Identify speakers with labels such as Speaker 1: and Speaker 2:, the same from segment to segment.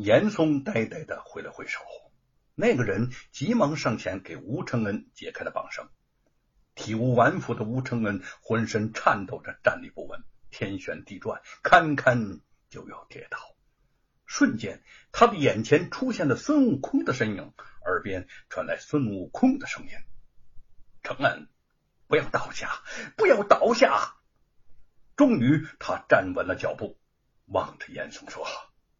Speaker 1: 严嵩呆呆的挥了挥手，那个人急忙上前给吴承恩解开了绑绳。体无完肤的吴承恩浑身颤抖着站立不稳，天旋地转，堪堪就要跌倒。瞬间他的眼前出现了孙悟空的身影，耳边传来孙悟空的声音：承恩，不要倒下，不要倒下。终于他站稳了脚步，望着严嵩说：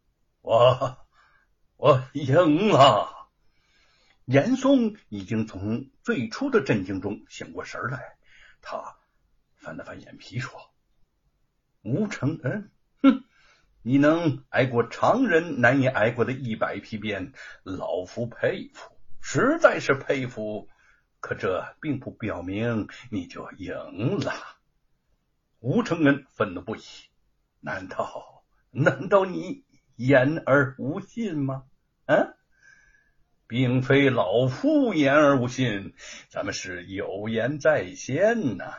Speaker 1: 我赢了。严嵩已经从最初的震惊中醒过神来，他翻了翻眼皮说：吴承恩，你能挨过常人难以挨过的100皮鞭，老夫佩服，实在是佩服，可这并不表明你就赢了。吴承恩愤怒不已，难道你言而无信吗？并非老夫言而无信，咱们是有言在先呐。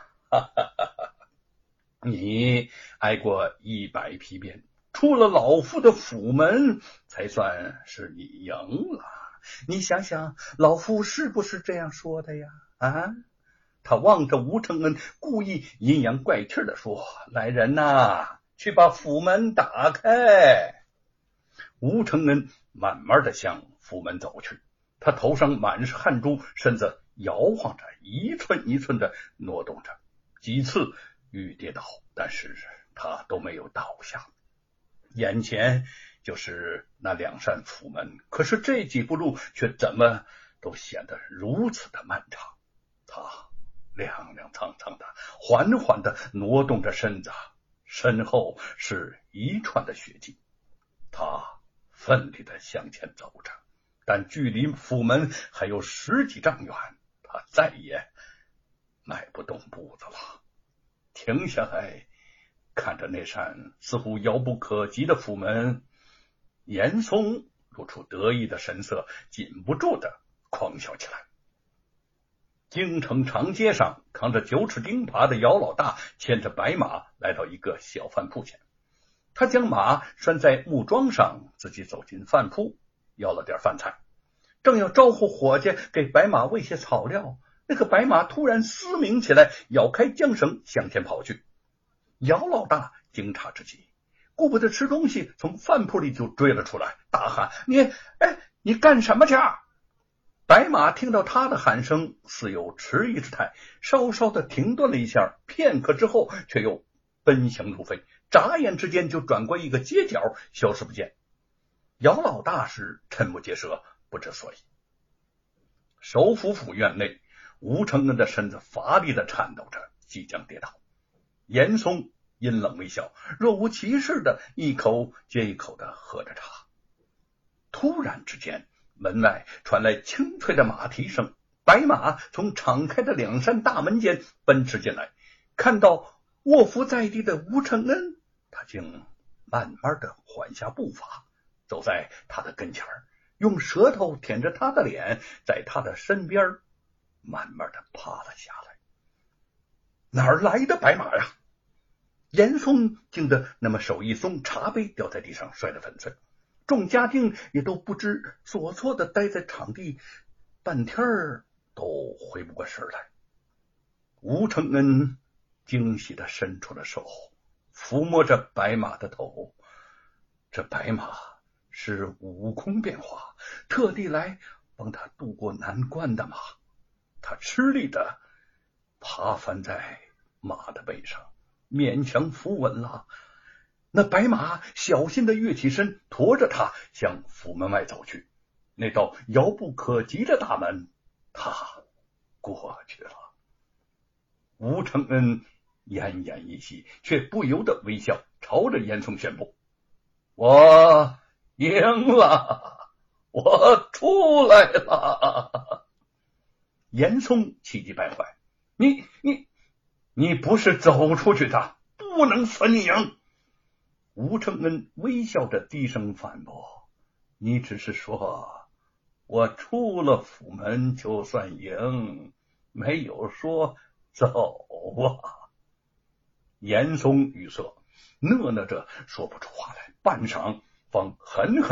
Speaker 1: 你挨过100皮鞭，出了老夫的府门，才算是你赢了。你想想，老夫是不是这样说的呀？他望着吴承恩，故意阴阳怪气的说：来人呐，去把府门打开。吴承恩慢慢的向府门走去，他头上满是汗珠，身子摇晃着，一寸一寸的挪动着，几次欲跌倒，但是他都没有倒下。眼前就是那2扇府门，可是这几步路却怎么都显得如此的漫长。他踉踉跄跄的缓缓的挪动着身子，身后是一串的血迹。他奋力的向前走着，但距离府门还有10几丈远，他再也迈不动步子了。停下来看着那扇似乎遥不可及的府门，严嵩露出得意的神色，禁不住的狂笑起来。京城长街上，扛着9尺钉耙的姚老大牵着白马来到一个小饭铺前，他将马拴在木桩上，自己走进饭铺，要了点饭菜，正要招呼伙计给白马喂些草料，那个白马突然嘶鸣起来，咬开缰绳向前跑去。姚老大惊诧之极，顾不得吃东西，从饭铺里就追了出来，大喊：你干什么去？白马听到他的喊声，似有迟疑之态，稍稍的停顿了一下，片刻之后却又奔行如飞，眨眼之间就转过一个街角，消失不见。姚老大是瞠目结舌，不知所以。首府府院内，吴承恩的身子乏力的颤抖着，即将跌倒。严嵩阴冷微笑，若无其事的一口接一口的喝着茶。突然之间，门外传来清脆的马蹄声，白马从敞开的2扇大门间奔驰进来，看到卧伏在地的吴承恩，他竟慢慢的缓下步伐，走在他的跟前，用舌头舔着他的脸，在他的身边慢慢的趴了下来。哪儿来的白马呀？严嵩惊得那么手一松，茶杯掉在地上摔得粉碎，众家丁也都不知所措的待在场地，半天都回不过神来。吴承恩惊喜的伸出了手，抚摸着白马的头。这白马是悟空变化，特地来帮他渡过难关的马。他吃力的爬翻在马的背上，勉强扶稳了。那白马小心的跃起身，驮着他向府门外走去。那道遥不可及的大门，他过去了。吴承恩奄奄一息，却不由得微笑，朝着严嵩宣布：我赢了，我出来了。严嵩气急败坏：你不是走出去的，不能算你赢。吴承恩微笑着低声反驳：你只是说我出了府门就算赢，没有说走啊。严嵩语塞，讷讷着说不出话来，半晌方狠狠地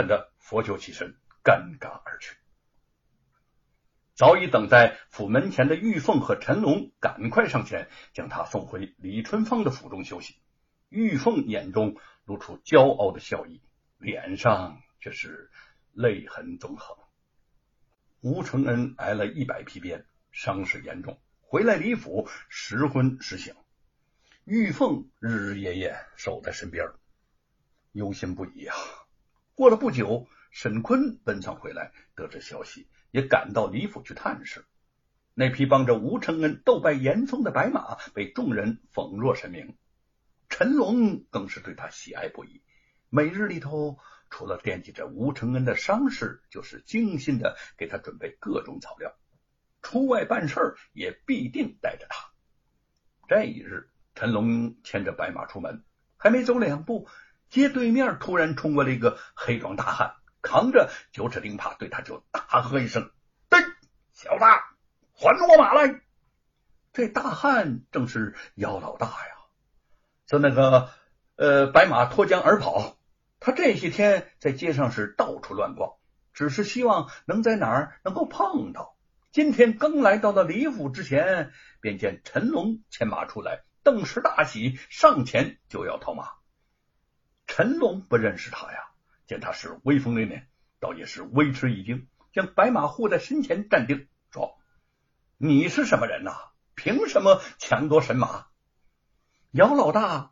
Speaker 1: 拂袖起身，尴尬而去。早已等在府门前的玉凤和陈龙赶快上前，将他送回李春芳的府中休息。玉凤眼中露出骄傲的笑意，脸上却是泪痕纵横。吴承恩挨了100皮鞭，伤势严重，回来李府时昏时醒。玉凤日日夜夜守在身边，忧心不已啊。过了不久，沈坤奔丧回来，得知消息，也赶到李府去探视。那匹帮着吴承恩斗败严嵩的白马被众人奉若神明，陈龙更是对他喜爱不已，每日里头除了惦记着吴承恩的伤势，就是精心的给他准备各种草料，出外办事也必定带着他。这一日，陈龙牵着白马出门，还没走2步，街对面突然冲过来一个黑壮大汉，扛着9尺钉耙，对他就大喝一声：“对，小子，还我马来！”这大汉正是姚老大呀，说那个白马脱缰而跑。他这些天在街上是到处乱逛，只是希望能在哪儿能够碰到。今天刚来到了李府之前，便见陈龙牵马出来，顿时大喜，上前就要套马。陈龙不认识他呀，见他是威风凛凛，倒也是微吃一惊，将白马护在身前站定，说：“你是什么人呐？凭什么抢夺神马？”姚老大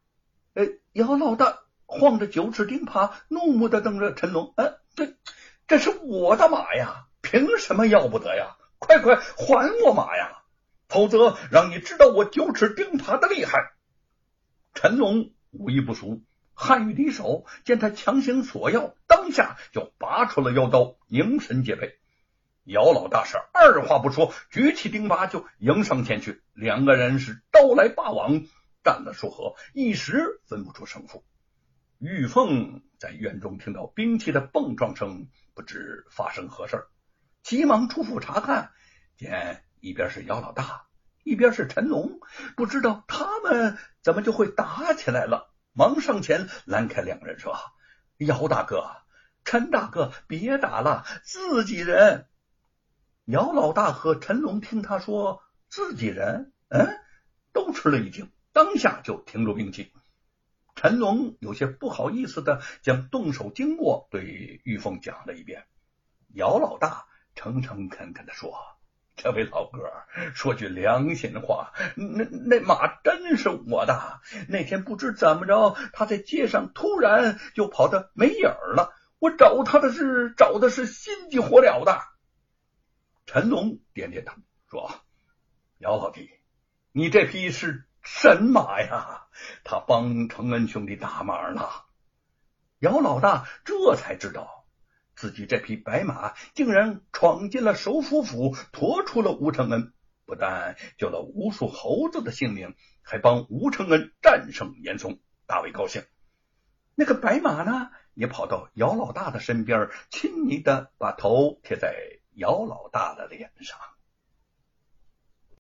Speaker 1: 晃着9尺钉耙，怒目的瞪着陈龙：“这是我的马呀，凭什么要不得呀？快还我马呀，否则让你知道我9尺钉耙的厉害！”陈龙武艺不俗，汉语离手，见他强行索要，当下就拔出了腰刀，凝神戒备。姚老大是二话不说，举起钉耙就迎上前去，两个人是刀来霸往，战了数合，一时分不出胜负。玉凤在院中听到兵器的蹦撞声，不知发生何事，急忙出府查看，见一边是姚老大，一边是陈龙，不知道他们怎么就会打起来了，忙上前拦开两人，说：“姚大哥，陈大哥，别打了，自己人。”姚老大和陈龙听他说自己人，都吃了一惊，当下就停住兵器。陈龙有些不好意思的将动手经过对玉凤讲了一遍。姚老大诚诚恳恳的说：“这位老哥，说句良心话，那马真是我的。那天不知怎么着，他在街上突然就跑得没影儿了，我找的是心急火燎的。”陈龙点点头说：“姚老弟，你这匹是神马呀，他帮承恩兄弟大忙了。”姚老大这才知道自己这匹白马竟然闯进了首府府，驮出了吴承恩，不但救了无数猴子的性命，还帮吴承恩战胜严嵩，大为高兴。那个白马呢，也跑到姚老大的身边，亲昵的把头贴在姚老大的脸上。